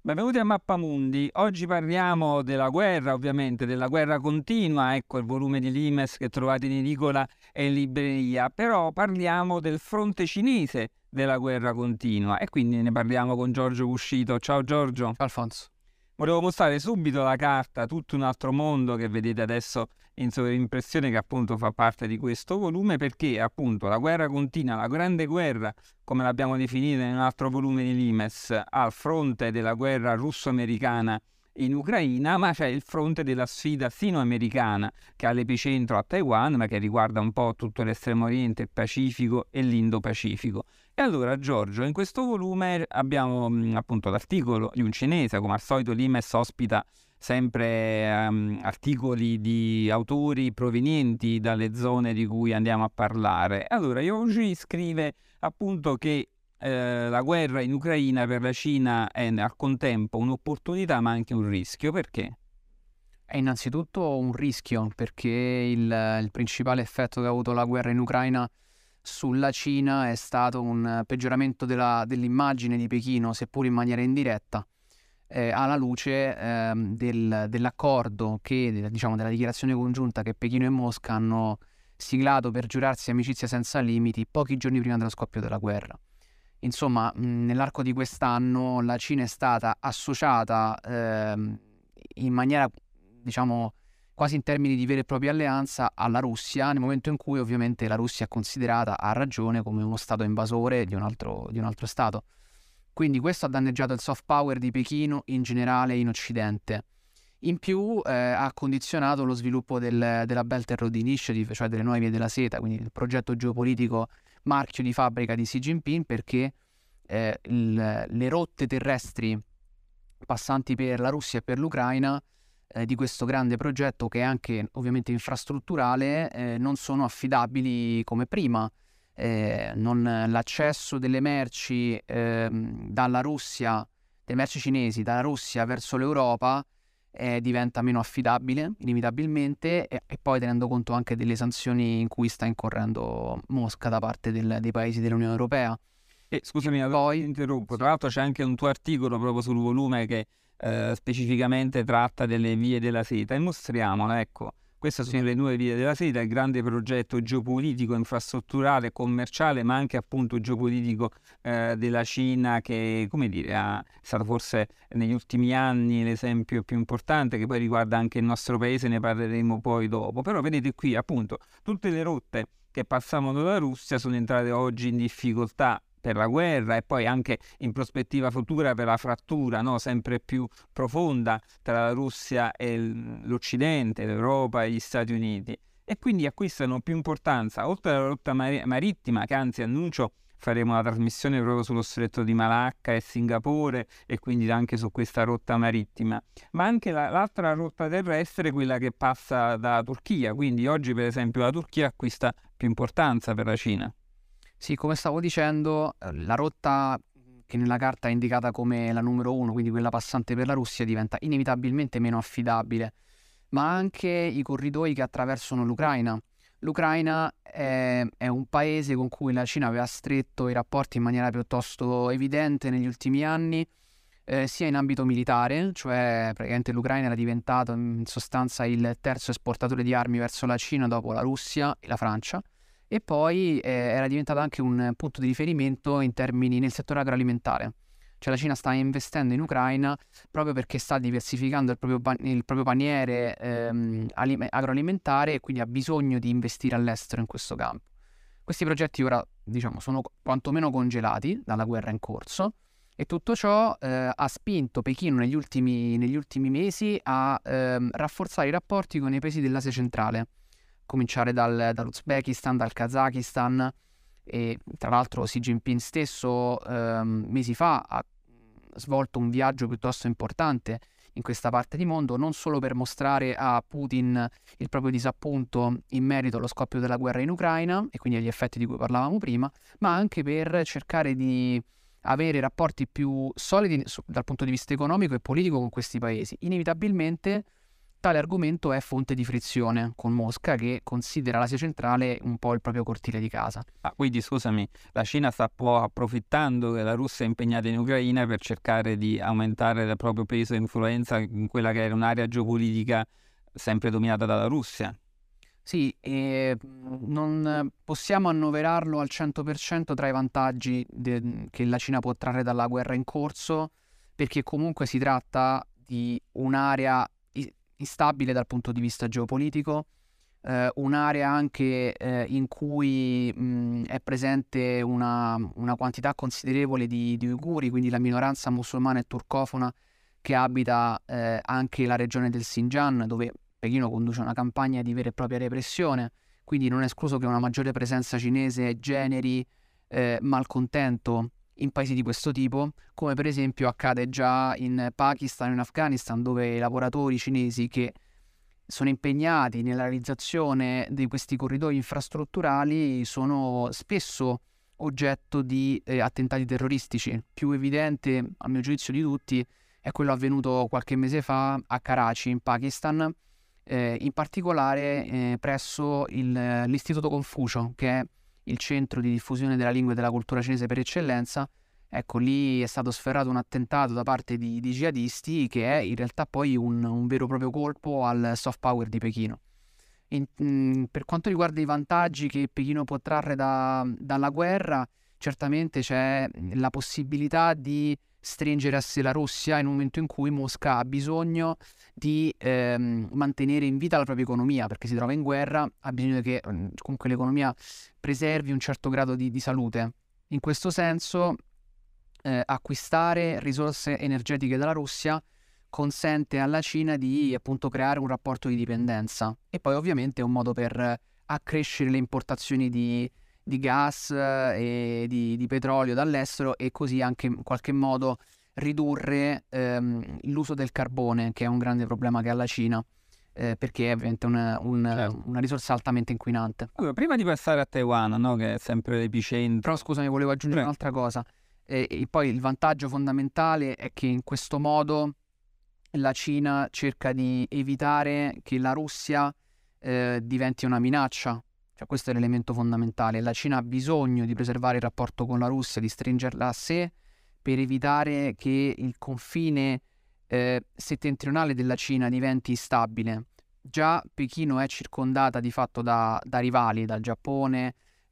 Benvenuti a Mappamundi. Oggi parliamo della guerra, ovviamente, della guerra continua, ecco il volume di Limes che trovate in edicola e in libreria, però parliamo del fronte cinese della guerra continua e quindi ne parliamo con Giorgio Buscito. Ciao Giorgio. Ciao Alfonso. Volevo mostrare subito la carta, tutto un altro mondo che vedete adesso in sovraimpressione, che appunto fa parte di questo volume, perché appunto la guerra continua, la grande guerra, come l'abbiamo definita in un altro volume di Limes, al fronte della guerra russo-americana in Ucraina, ma c'è il fronte della sfida sino-americana che ha l'epicentro a Taiwan, ma che riguarda un po' tutto l'estremo oriente, il Pacifico e l'Indo-Pacifico. E allora Giorgio, in questo volume abbiamo appunto l'articolo di un cinese, come al solito Limes ospita sempre articoli di autori provenienti dalle zone di cui andiamo a parlare. Allora Yoji scrive appunto che la guerra in Ucraina per la Cina è al contempo un'opportunità ma anche un rischio. Perché? È innanzitutto un rischio perché il principale effetto che ha avuto la guerra in Ucraina sulla Cina è stato un peggioramento dell'immagine di Pechino, seppur in maniera indiretta, alla luce dell'accordo della dichiarazione congiunta che Pechino e Mosca hanno siglato per giurarsi amicizia senza limiti pochi giorni prima dello scoppio della guerra. Insomma, nell'arco di quest'anno la Cina è stata associata in maniera, diciamo, quasi in termini di vera e propria alleanza alla Russia, nel momento in cui ovviamente la Russia è considerata, a ragione, come uno stato invasore di un altro stato. Quindi questo ha danneggiato il soft power di Pechino in generale in Occidente. In più ha condizionato lo sviluppo della Belt and Road Initiative, cioè delle nuove vie della seta, quindi il progetto geopolitico marchio di fabbrica di Xi Jinping, perché le rotte terrestri passanti per la Russia e per l'Ucraina di questo grande progetto, che è anche ovviamente infrastrutturale, non sono affidabili come prima. L'accesso delle merci dalla Russia, delle merci cinesi dalla Russia verso l'Europa diventa meno affidabile inevitabilmente, e poi tenendo conto anche delle sanzioni in cui sta incorrendo Mosca da parte dei paesi dell'Unione Europea. Scusami, Poi ti interrompo. Tra l'altro c'è anche un tuo articolo proprio sul volume che specificamente tratta delle vie della seta, e mostriamola, ecco. Queste sono le nuove vie della seta, il grande progetto geopolitico, infrastrutturale, commerciale, ma anche appunto geopolitico della Cina, che, come dire, è stato forse negli ultimi anni l'esempio più importante, che poi riguarda anche il nostro paese, ne parleremo poi dopo. Però vedete qui appunto tutte le rotte che passavano dalla Russia sono entrate oggi in difficoltà per la guerra e poi anche in prospettiva futura per la frattura, no, sempre più profonda tra la Russia e l'Occidente, l'Europa e gli Stati Uniti. E quindi acquistano più importanza, oltre alla rotta marittima, che anzi annuncio faremo una trasmissione proprio sullo stretto di Malacca e Singapore, e quindi anche su questa rotta marittima, ma anche l'altra rotta terrestre, quella che passa dalla Turchia. Quindi oggi per esempio la Turchia acquista più importanza per la Cina. sì, come stavo dicendo, la rotta che nella carta è indicata come la numero 1, quindi quella passante per la Russia, diventa inevitabilmente meno affidabile, ma anche i corridoi che attraversano l'Ucraina. L'Ucraina è un paese con cui la Cina aveva stretto i rapporti in maniera piuttosto evidente negli ultimi anni, sia in ambito militare, cioè praticamente l'Ucraina era diventato in sostanza il terzo esportatore di armi verso la Cina dopo la Russia e la Francia, e poi era diventato anche un punto di riferimento in termini nel settore agroalimentare. Cioè la Cina sta investendo in Ucraina proprio perché sta diversificando il proprio paniere agroalimentare, e quindi ha bisogno di investire all'estero in questo campo. Questi progetti ora, diciamo, sono quantomeno congelati dalla guerra in corso, e tutto ciò ha spinto Pechino negli ultimi mesi a rafforzare i rapporti con i paesi dell'Asia centrale, cominciare dall'Uzbekistan, dal Kazakistan. E tra l'altro Xi Jinping stesso mesi fa ha svolto un viaggio piuttosto importante in questa parte di mondo, non solo per mostrare a Putin il proprio disappunto in merito allo scoppio della guerra in Ucraina e quindi agli effetti di cui parlavamo prima, ma anche per cercare di avere rapporti più solidi dal punto di vista economico e politico con questi paesi. Inevitabilmente Tale argomento è fonte di frizione con Mosca, che considera l'Asia centrale un po' il proprio cortile di casa. Quindi scusami, la Cina sta un po' approfittando che la Russia è impegnata in Ucraina per cercare di aumentare il proprio peso e influenza in quella che era un'area geopolitica sempre dominata dalla Russia. Sì, e non possiamo annoverarlo al 100% tra i vantaggi che la Cina può trarre dalla guerra in corso, perché comunque si tratta di un'area instabile dal punto di vista geopolitico, un'area anche in cui è presente una quantità considerevole di uiguri, quindi la minoranza musulmana e turcofona che abita anche la regione del Xinjiang, dove Pechino conduce una campagna di vera e propria repressione, quindi non è escluso che una maggiore presenza cinese generi malcontento in paesi di questo tipo, come per esempio accade già in Pakistan e in Afghanistan, dove i lavoratori cinesi che sono impegnati nella realizzazione di questi corridoi infrastrutturali sono spesso oggetto di attentati terroristici. Più evidente, a mio giudizio, di tutti è quello avvenuto qualche mese fa a Karachi, in Pakistan, in particolare presso l'Istituto Confucio, che è il centro di diffusione della lingua e della cultura cinese per eccellenza. Ecco, lì è stato sferrato un attentato da parte di jihadisti, che è in realtà poi un vero e proprio colpo al soft power di Pechino. Per quanto riguarda i vantaggi che Pechino può trarre dalla guerra, certamente c'è la possibilità di stringere a sé la Russia in un momento in cui Mosca ha bisogno di mantenere in vita la propria economia, perché si trova in guerra, ha bisogno che comunque l'economia preservi un certo grado di salute. In questo senso acquistare risorse energetiche dalla Russia consente alla Cina di appunto creare un rapporto di dipendenza, e poi ovviamente è un modo per accrescere le importazioni di gas e di petrolio dall'estero, e così anche in qualche modo ridurre l'uso del carbone, che è un grande problema che ha la Cina, perché è ovviamente una risorsa altamente inquinante. Allora, prima di passare a Taiwan, no, che è sempre l'epicentro. Però scusami, volevo aggiungere un'altra cosa. E poi il vantaggio fondamentale è che in questo modo la Cina cerca di evitare che la Russia diventi una minaccia. Cioè, questo è l'elemento fondamentale. La Cina ha bisogno di preservare il rapporto con la Russia, di stringerla a sé, per evitare che il confine settentrionale della Cina diventi instabile. Già Pechino è circondata di fatto da rivali, dal Giappone,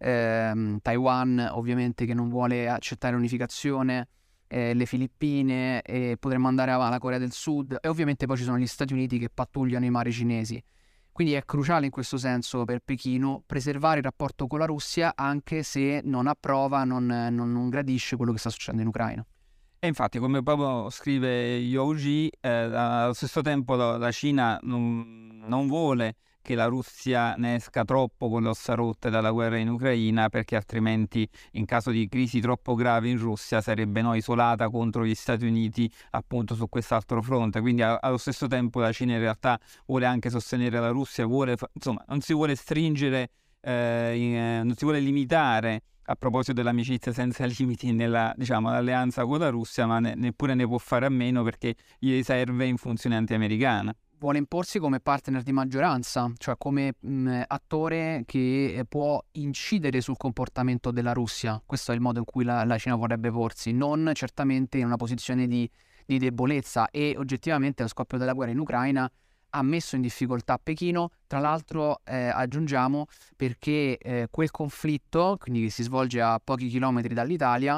Taiwan ovviamente che non vuole accettare l'unificazione, le Filippine, e potremmo andare alla Corea del Sud, e ovviamente poi ci sono gli Stati Uniti che pattugliano i mari cinesi. Quindi è cruciale in questo senso per Pechino preservare il rapporto con la Russia, anche se non approva, non gradisce quello che sta succedendo in Ucraina. E infatti, come proprio scrive Youji, allo stesso tempo la Cina non vuole che la Russia ne esca troppo con le ossa rotte dalla guerra in Ucraina, perché altrimenti in caso di crisi troppo gravi in Russia sarebbe isolata contro gli Stati Uniti appunto su quest'altro fronte. Quindi allo stesso tempo la Cina in realtà vuole anche sostenere la Russia, non si vuole stringere, non si vuole limitare, a proposito dell'amicizia senza limiti l'alleanza con la Russia, ma neppure ne può fare a meno, perché gli serve in funzione anti-americana. Vuole imporsi come partner di maggioranza, cioè come attore che può incidere sul comportamento della Russia. Questo è il modo in cui la Cina vorrebbe porsi, non certamente in una posizione di debolezza. E oggettivamente lo scoppio della guerra in Ucraina ha messo in difficoltà Pechino, tra l'altro aggiungiamo, perché quel conflitto, quindi che si svolge a pochi chilometri dall'Italia,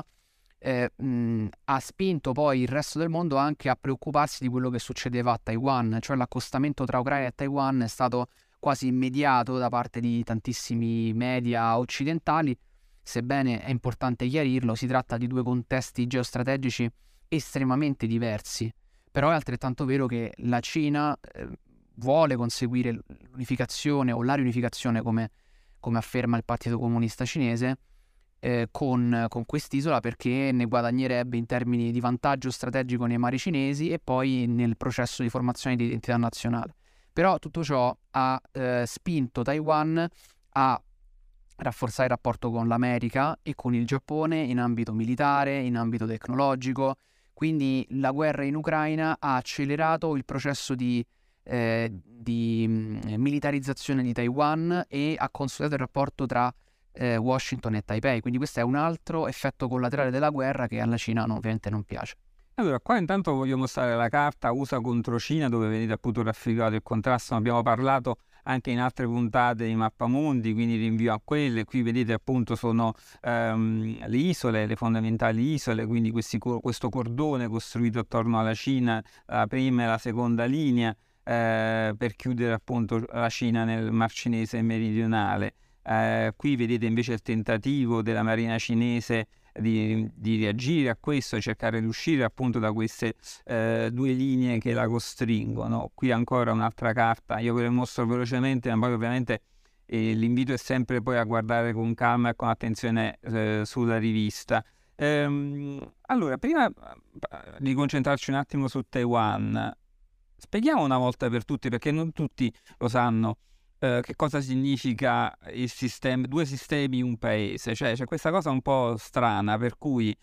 ha spinto poi il resto del mondo anche a preoccuparsi di quello che succedeva a Taiwan. Cioè l'accostamento tra Ucraina e Taiwan è stato quasi immediato da parte di tantissimi media occidentali. Sebbene è importante chiarirlo, si tratta di due contesti geostrategici estremamente diversi. Però è altrettanto vero che la Cina vuole conseguire l'unificazione o la riunificazione, come afferma il Partito Comunista Cinese, con quest'isola, perché ne guadagnerebbe in termini di vantaggio strategico nei mari cinesi e poi nel processo di formazione di identità nazionale. Però tutto ciò ha spinto Taiwan a rafforzare il rapporto con l'America e con il Giappone in ambito militare, in ambito tecnologico. Quindi la guerra in Ucraina ha accelerato il processo di di militarizzazione di Taiwan e ha consolidato il rapporto tra Washington e Taipei. Quindi questo è un altro effetto collaterale della guerra che alla Cina ovviamente non piace. Allora, qua intanto voglio mostrare la carta USA contro Cina, dove vedete appunto raffigurato il contrasto. Ne abbiamo parlato anche in altre puntate di Mappamondi, quindi rinvio a quelle. Qui vedete appunto sono le isole, le fondamentali isole, quindi questo cordone costruito attorno alla Cina, la prima e la seconda linea, per chiudere appunto la Cina nel Mar Cinese meridionale. Qui vedete invece il tentativo della marina cinese di reagire a questo, cercare di uscire appunto da queste due linee che la costringono. Qui ancora un'altra carta, io ve le mostro velocemente, ma poi ovviamente l'invito è sempre poi a guardare con calma e con attenzione sulla rivista. Allora, prima di concentrarci un attimo su Taiwan, spieghiamo una volta per tutti, perché non tutti lo sanno, che cosa significa il sistema, due sistemi, un paese. Cioè c'è questa cosa un po' strana per cui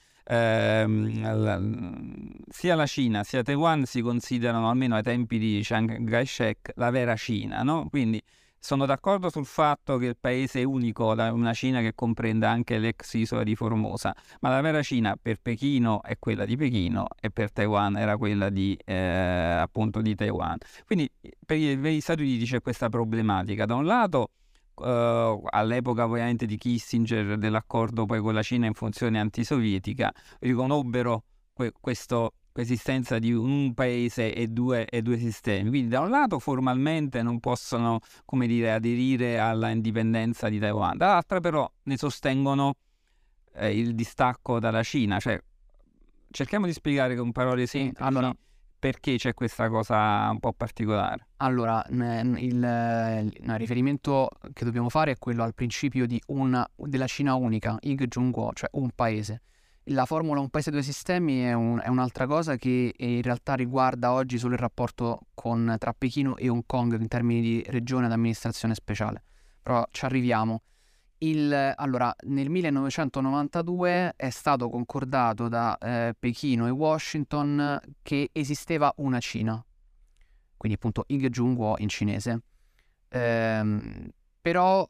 sia la Cina sia Taiwan si considerano, almeno ai tempi di Chiang Kai-shek, la vera Cina, no? Quindi sono d'accordo sul fatto che il paese è unico, una Cina che comprenda anche l'ex isola di Formosa, ma la vera Cina per Pechino è quella di Pechino e per Taiwan era quella di appunto di Taiwan. Quindi per gli Stati Uniti c'è questa problematica. Da un lato, all'epoca ovviamente di Kissinger, dell'accordo poi con la Cina in funzione antisovietica, riconobbero questa esistenza di un paese e due sistemi. Quindi da un lato formalmente non possono, come dire, aderire alla indipendenza di Taiwan, dall'altra però ne sostengono il distacco dalla Cina. Cioè, cerchiamo di spiegare con parole semplici perché c'è questa cosa un po' particolare. Allora, il riferimento che dobbiamo fare è quello al principio della Cina unica, Ik Jung-Kuo, cioè un paese. La formula un paese due sistemi è un'altra cosa che in realtà riguarda oggi solo il rapporto tra Pechino e Hong Kong in termini di regione ed amministrazione speciale. Però ci arriviamo. Allora, nel 1992 è stato concordato da Pechino e Washington che esisteva una Cina, quindi appunto Ik Jung-Kuo in cinese. Però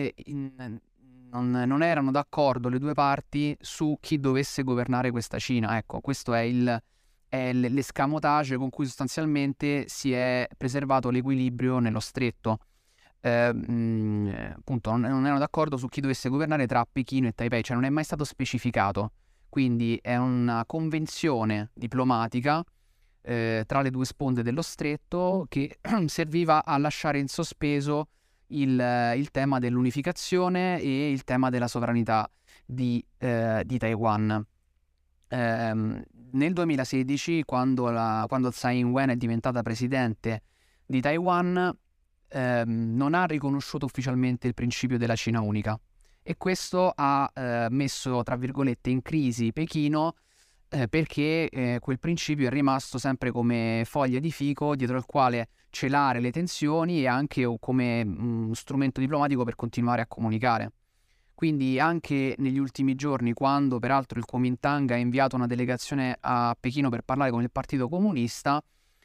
non erano d'accordo le due parti su chi dovesse governare questa Cina. Ecco, questo è l'escamotage con cui sostanzialmente si è preservato l'equilibrio nello stretto. Appunto, non erano d'accordo su chi dovesse governare tra Pechino e Taipei, cioè non è mai stato specificato. Quindi è una convenzione diplomatica tra le due sponde dello stretto che serviva a lasciare in sospeso il tema dell'unificazione e il tema della sovranità di Taiwan. Nel 2016, quando Tsai Ing-wen è diventata presidente di Taiwan, non ha riconosciuto ufficialmente il principio della Cina unica, e questo ha messo, tra virgolette, in crisi Pechino, perché quel principio è rimasto sempre come foglia di fico dietro al quale celare le tensioni e anche come strumento diplomatico per continuare a comunicare. Quindi anche negli ultimi giorni, quando peraltro il Kuomintang ha inviato una delegazione a Pechino per parlare con il Partito Comunista,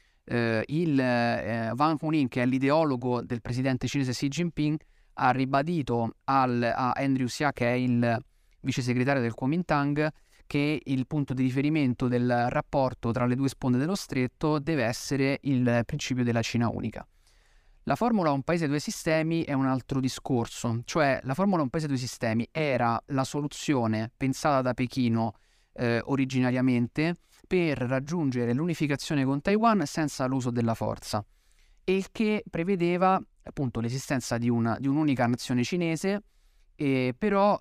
Wang Hunin, che è l'ideologo del presidente cinese Xi Jinping, ha ribadito a Andrew Xia, che è il vice segretario del Kuomintang, che il punto di riferimento del rapporto tra le due sponde dello stretto deve essere il principio della Cina unica. La formula un paese due sistemi è un altro discorso, cioè la formula un paese due sistemi era la soluzione pensata da Pechino originariamente per raggiungere l'unificazione con Taiwan senza l'uso della forza, e il che prevedeva appunto l'esistenza di un'unica nazione cinese, che però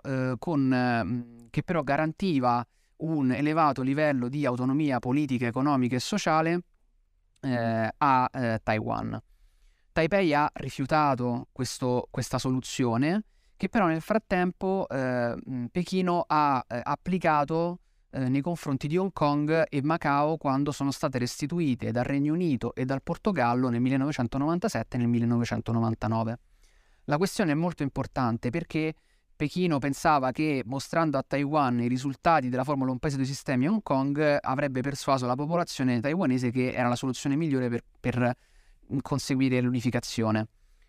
garantiva un elevato livello di autonomia politica, economica e sociale a Taiwan. Taipei ha rifiutato questa soluzione, che però nel frattempo Pechino ha applicato nei confronti di Hong Kong e Macao quando sono state restituite dal Regno Unito e dal Portogallo nel 1997 e nel 1999. La questione è molto importante perché Pechino pensava che, mostrando a Taiwan i risultati della formula un paese due sistemi a Hong Kong, avrebbe persuaso la popolazione taiwanese che era la soluzione migliore per conseguire l'unificazione.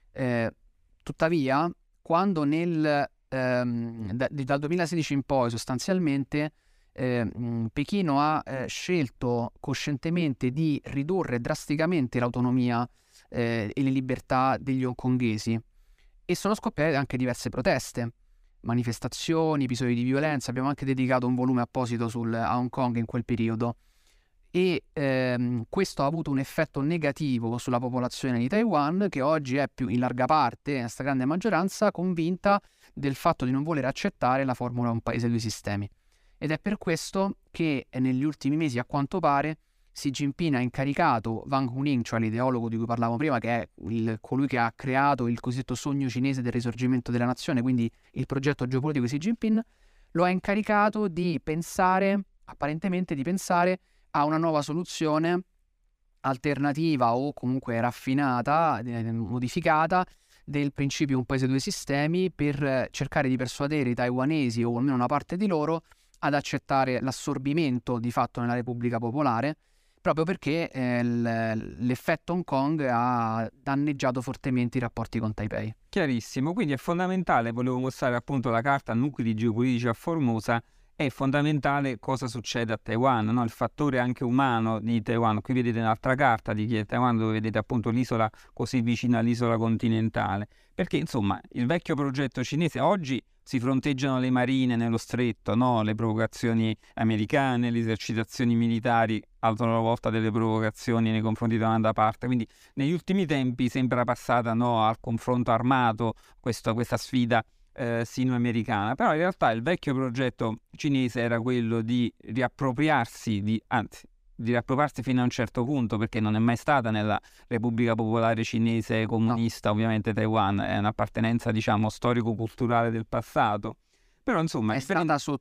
Tuttavia, quando dal 2016 in poi sostanzialmente Pechino ha scelto coscientemente di ridurre drasticamente l'autonomia e le libertà degli hongkonghesi, e sono scoppiate anche diverse proteste, manifestazioni, episodi di violenza. Abbiamo anche dedicato un volume apposito a Hong Kong in quel periodo, e questo ha avuto un effetto negativo sulla popolazione di Taiwan, che oggi è più in larga parte, nella stragrande maggioranza, convinta del fatto di non voler accettare la formula un paese due sistemi. Ed è per questo che negli ultimi mesi, a quanto pare, Xi Jinping ha incaricato Wang Huning, cioè l'ideologo di cui parlavo prima, che è colui che ha creato il cosiddetto sogno cinese del risorgimento della nazione, quindi il progetto geopolitico di Xi Jinping, lo ha incaricato di pensare, apparentemente di pensare, a una nuova soluzione alternativa o comunque raffinata, modificata, del principio un paese due sistemi, per cercare di persuadere i taiwanesi, o almeno una parte di loro, ad accettare l'assorbimento di fatto nella Repubblica Popolare, proprio perché l'effetto Hong Kong ha danneggiato fortemente i rapporti con Taipei. Chiarissimo, quindi è fondamentale, volevo mostrare appunto la carta nuclei geopolitici a Formosa, è fondamentale cosa succede a Taiwan, no? Il fattore anche umano di Taiwan. Qui vedete un'altra carta di Taiwan, dove vedete appunto l'isola così vicina all'isola continentale, perché insomma il vecchio progetto cinese, oggi si fronteggiano le marine nello stretto, no? Le provocazioni americane, le esercitazioni militari, a loro volta delle provocazioni nei confronti di una parte, quindi negli ultimi tempi sembra passata, no, al confronto armato questa sfida sino-americana. Però in realtà il vecchio progetto cinese era quello di riappropriarsi, di riappropriarsi fino a un certo punto, perché non è mai stata nella Repubblica Popolare Cinese comunista, no. Ovviamente Taiwan è un'appartenenza, diciamo, storico-culturale del passato. Però insomma è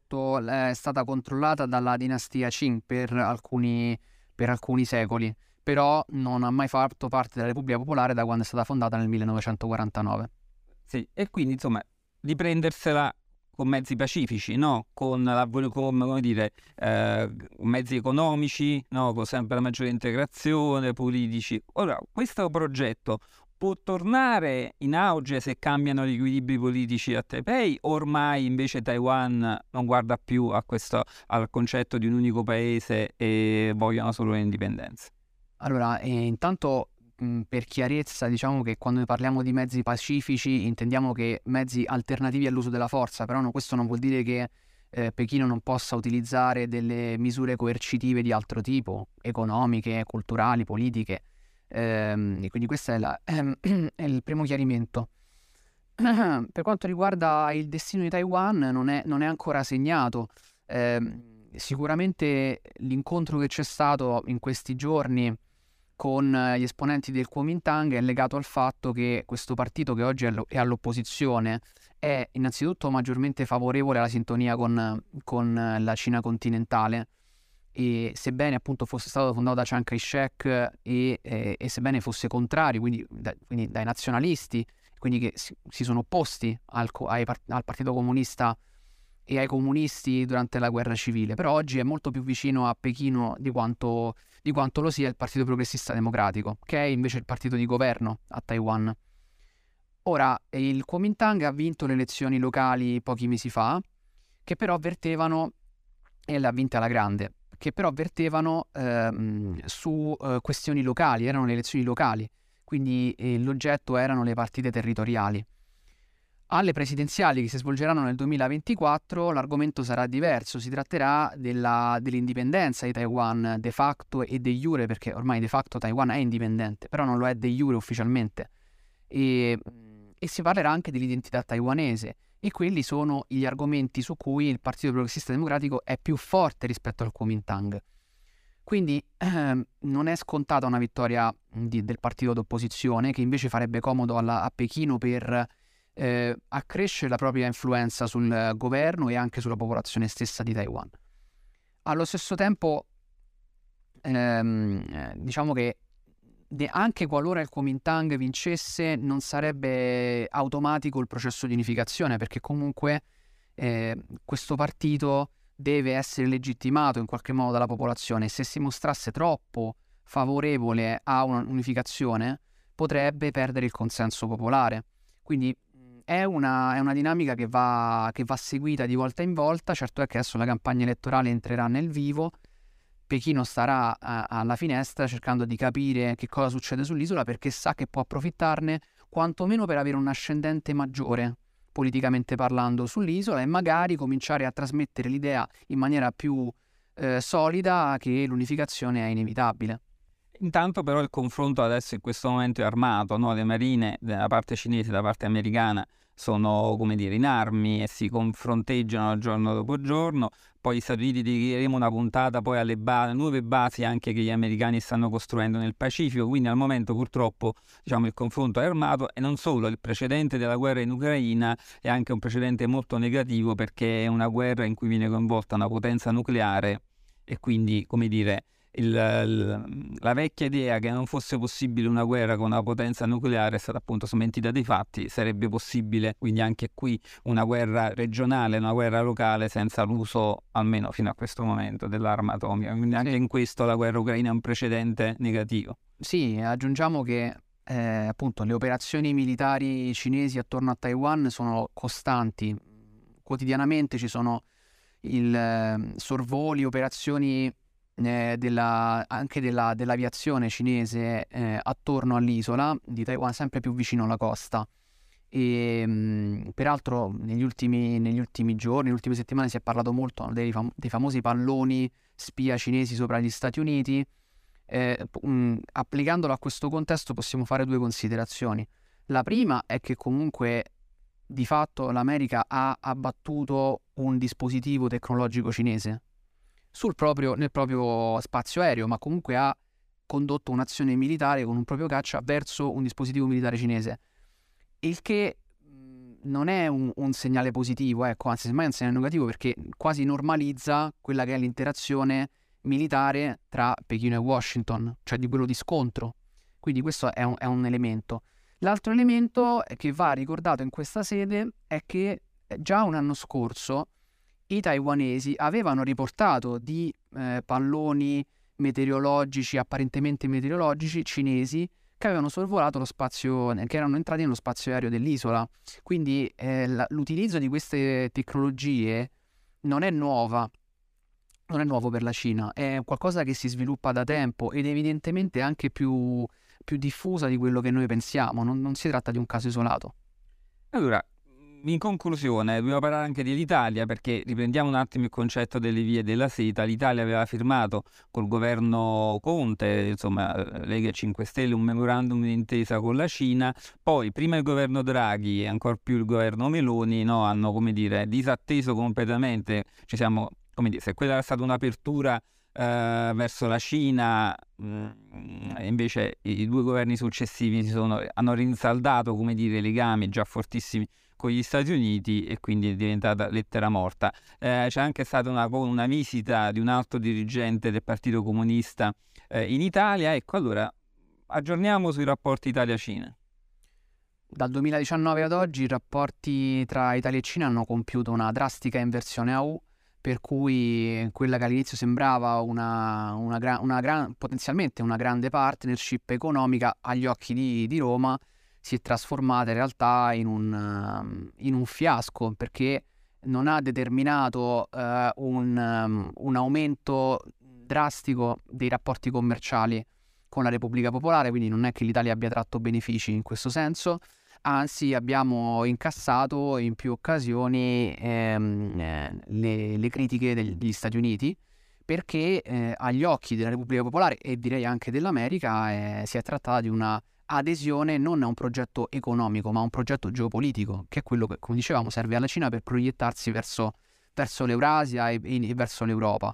stata controllata dalla dinastia Qing per alcuni secoli, però non ha mai fatto parte della Repubblica Popolare da quando è stata fondata nel 1949. Sì, e quindi insomma di prendersela con mezzi pacifici, no? Con come dire, mezzi economici, no? Con sempre la maggiore integrazione, politici. Ora, questo progetto può tornare in auge se cambiano gli equilibri politici a Taipei, o ormai invece Taiwan non guarda più al concetto di un unico paese e vogliono solo l'indipendenza? Allora, intanto, per chiarezza, diciamo che quando parliamo di mezzi pacifici intendiamo che mezzi alternativi all'uso della forza, però questo non vuol dire che Pechino non possa utilizzare delle misure coercitive di altro tipo, economiche, culturali, politiche, e quindi questo è il primo chiarimento. Per quanto riguarda il destino di Taiwan, non è ancora segnato. Sicuramente l'incontro che c'è stato in questi giorni con gli esponenti del Kuomintang è legato al fatto che questo partito, che oggi è all'opposizione, è innanzitutto maggiormente favorevole alla sintonia con la Cina continentale, e sebbene appunto fosse stato fondato da Chiang Kai-shek e sebbene fosse contrario, quindi dai nazionalisti, quindi che si sono opposti al Partito Comunista e ai comunisti durante la guerra civile, però oggi è molto più vicino a Pechino di quanto lo sia il Partito Progressista Democratico, che è invece il partito di governo a Taiwan. Ora, il Kuomintang ha vinto le elezioni locali pochi mesi fa, che però avvertevano, e le ha vinte alla grande, che però avvertevano su questioni locali, erano le elezioni locali, quindi l'oggetto erano le partite territoriali. Alle presidenziali che si svolgeranno nel 2024 l'argomento sarà diverso, si tratterà dell'indipendenza di Taiwan de facto e de jure, perché ormai de facto Taiwan è indipendente, però non lo è de jure ufficialmente, e si parlerà anche dell'identità taiwanese, e quelli sono gli argomenti su cui il Partito Progressista Democratico è più forte rispetto al Kuomintang. Quindi non è scontata una vittoria del partito d'opposizione, che invece farebbe comodo a Pechino per accrescere la propria influenza sul governo e anche sulla popolazione stessa di Taiwan. Allo stesso tempo, diciamo che anche qualora il Kuomintang vincesse, non sarebbe automatico il processo di unificazione, perché comunque questo partito deve essere legittimato in qualche modo dalla popolazione. Se si mostrasse troppo favorevole a un'unificazione, potrebbe perdere il consenso popolare. Quindi è una dinamica che va seguita di volta in volta. Certo è che adesso la campagna elettorale entrerà nel vivo, Pechino starà alla finestra cercando di capire che cosa succede sull'isola, perché sa che può approfittarne quantomeno per avere un ascendente maggiore, politicamente parlando, sull'isola, e magari cominciare a trasmettere l'idea in maniera più solida che l'unificazione è inevitabile. Intanto però il confronto adesso in questo momento è armato, no? Le marine dalla parte cinese e dalla parte americana sono, come dire, in armi e si confronteggiano giorno dopo giorno. Poi gli Stati Uniti dedicheremo una puntata poi alle nuove basi anche che gli americani stanno costruendo nel Pacifico, quindi al momento purtroppo, diciamo, il confronto è armato, e non solo. Il precedente della guerra in Ucraina è anche un precedente molto negativo, perché è una guerra in cui viene coinvolta una potenza nucleare, e quindi, come dire, la vecchia idea che non fosse possibile una guerra con una potenza nucleare è stata appunto smentita dai fatti. Sarebbe possibile quindi anche qui una guerra regionale, una guerra locale, senza l'uso, almeno fino a questo momento, dell'arma atomica. Quindi anche in questo la guerra ucraina è un precedente negativo. Sì, aggiungiamo che appunto le operazioni militari cinesi attorno a Taiwan sono costanti. Quotidianamente ci sono sorvoli, operazioni anche dell'aviazione cinese attorno all'isola di Taiwan, sempre più vicino alla costa. E peraltro negli ultimi giorni, nelle ultime settimane si è parlato molto dei famosi palloni spia cinesi sopra gli Stati Uniti. Applicandolo a questo contesto possiamo fare due considerazioni. La prima è che comunque di fatto l'America ha abbattuto un dispositivo tecnologico cinese nel proprio spazio aereo, ma comunque ha condotto un'azione militare con un proprio caccia verso un dispositivo militare cinese, il che non è un segnale positivo, ecco, anzi semmai è un segnale negativo, perché quasi normalizza quella che è l'interazione militare tra Pechino e Washington, cioè di quello di scontro. Quindi questo è un elemento. L'altro elemento che va ricordato in questa sede è che già un anno scorso i taiwanesi avevano riportato di palloni meteorologici, apparentemente meteorologici, cinesi, che avevano sorvolato lo spazio, che erano entrati nello spazio aereo dell'isola. Quindi l'utilizzo di queste tecnologie non è nuovo per la Cina, è qualcosa che si sviluppa da tempo ed evidentemente anche più diffusa di quello che noi pensiamo. Non si tratta di un caso isolato. Allora, in conclusione, dobbiamo parlare anche dell'Italia, perché riprendiamo un attimo il concetto delle vie della seta. L'Italia aveva firmato col governo Conte, insomma, Lega e 5 Stelle, un memorandum d'intesa con la Cina. Poi, prima il governo Draghi e ancor più il governo Meloni, no, hanno, come dire, disatteso completamente. Ci siamo, come dire, se quella era stata un'apertura verso la Cina, invece i due governi successivi hanno rinsaldato, come dire, i legami già fortissimi con gli Stati Uniti, e quindi è diventata lettera morta. C'è anche stata una visita di un alto dirigente del Partito Comunista in Italia. Ecco, allora aggiorniamo sui rapporti Italia-Cina. Dal 2019 ad oggi i rapporti tra Italia e Cina hanno compiuto una drastica inversione a U, per cui quella che all'inizio sembrava potenzialmente una grande partnership economica agli occhi di Roma si è trasformata in realtà in un fiasco, perché non ha determinato un aumento drastico dei rapporti commerciali con la Repubblica Popolare, quindi non è che l'Italia abbia tratto benefici in questo senso, anzi abbiamo incassato in più occasioni le critiche degli Stati Uniti, perché agli occhi della Repubblica Popolare e direi anche dell'America si è trattata di una adesione non a un progetto economico ma a un progetto geopolitico, che è quello che, come dicevamo, serve alla Cina per proiettarsi verso l'Eurasia e verso l'Europa.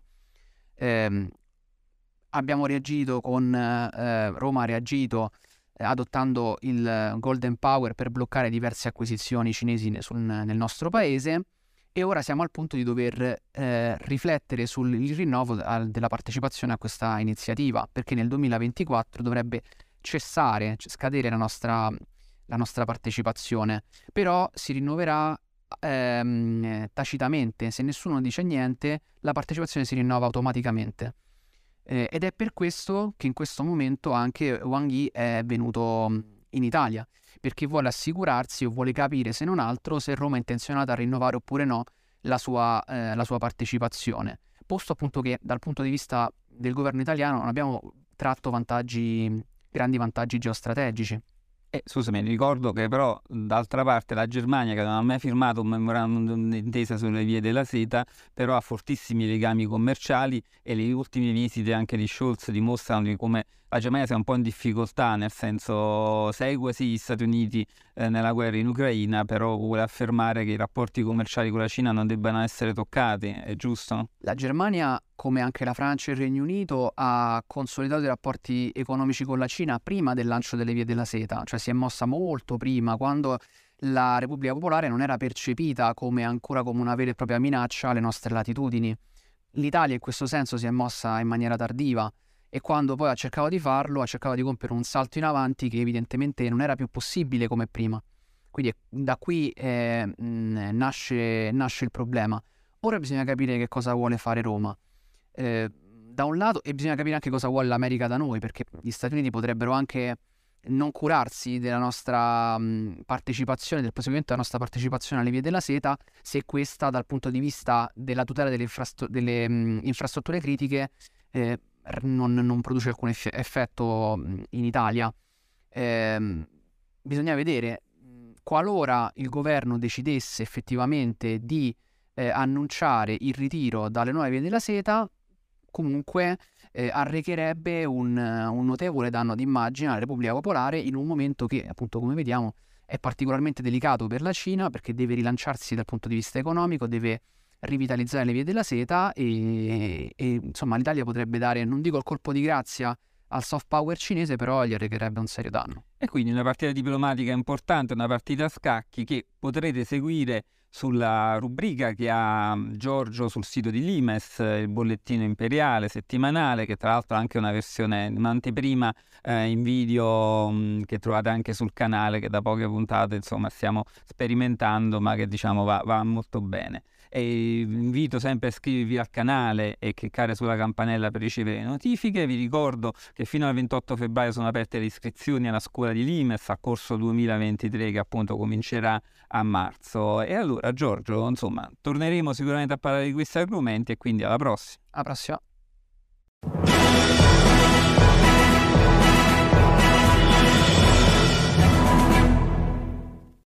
Abbiamo reagito Roma ha reagito adottando il Golden Power per bloccare diverse acquisizioni cinesi nel nostro paese, e ora siamo al punto di dover riflettere sul rinnovo della partecipazione a questa iniziativa, perché nel 2024 dovrebbe scadere la nostra partecipazione, però si rinnoverà tacitamente. Se nessuno dice niente, la partecipazione si rinnova automaticamente. Ed è per questo che in questo momento anche Wang Yi è venuto in Italia, perché vuole assicurarsi o vuole capire, se non altro, se Roma è intenzionata a rinnovare oppure no la sua partecipazione. Posto appunto che dal punto di vista del governo italiano non abbiamo tratto grandi vantaggi geostrategici. Scusami, ricordo che però d'altra parte la Germania, che non ha mai firmato un memorandum d'intesa sulle vie della seta, però ha fortissimi legami commerciali, e le ultime visite anche di Scholz dimostrano di come la Germania sia un po' in difficoltà, nel senso segue sì gli Stati Uniti nella guerra in Ucraina, però vuole affermare che i rapporti commerciali con la Cina non debbano essere toccati, è giusto? La Germania, come anche la Francia e il Regno Unito, ha consolidato i rapporti economici con la Cina prima del lancio delle vie della seta, cioè si è mossa molto prima, quando la Repubblica Popolare non era percepita ancora come una vera e propria minaccia alle nostre latitudini. L'Italia in questo senso si è mossa in maniera tardiva, e quando poi ha cercato di farlo, ha cercato di compiere un salto in avanti che evidentemente non era più possibile come prima. Quindi da qui nasce il problema. Ora bisogna capire che cosa vuole fare Roma. Da un lato, e bisogna capire anche cosa vuole l'America da noi, perché gli Stati Uniti potrebbero anche non curarsi della nostra partecipazione, del proseguimento della nostra partecipazione alle vie della seta, se questa, dal punto di vista della tutela delle infrastrutture critiche, non produce alcun effetto in Italia. Bisogna vedere, qualora il governo decidesse effettivamente di annunciare il ritiro dalle nuove vie della seta, comunque arrecherebbe un notevole danno d'immagine alla Repubblica Popolare, in un momento che, appunto, come vediamo, è particolarmente delicato per la Cina, perché deve rilanciarsi dal punto di vista economico, deve rivitalizzare le vie della seta, e insomma l'Italia potrebbe dare, non dico il colpo di grazia al soft power cinese, però gli arrecherebbe un serio danno. E quindi una partita diplomatica importante, una partita a scacchi che potrete seguire sulla rubrica che ha Giorgio sul sito di Limes, il bollettino imperiale settimanale, che tra l'altro ha anche una versione, un'anteprima in video che trovate anche sul canale, che da poche puntate insomma stiamo sperimentando, ma che diciamo va molto bene. E invito sempre a iscrivervi al canale e cliccare sulla campanella per ricevere le notifiche. Vi ricordo che fino al 28 febbraio sono aperte le iscrizioni alla scuola di Limes, a corso 2023, che appunto comincerà a marzo. E allora Giorgio, insomma, torneremo sicuramente a parlare di questi argomenti, e quindi alla prossima. Alla prossima.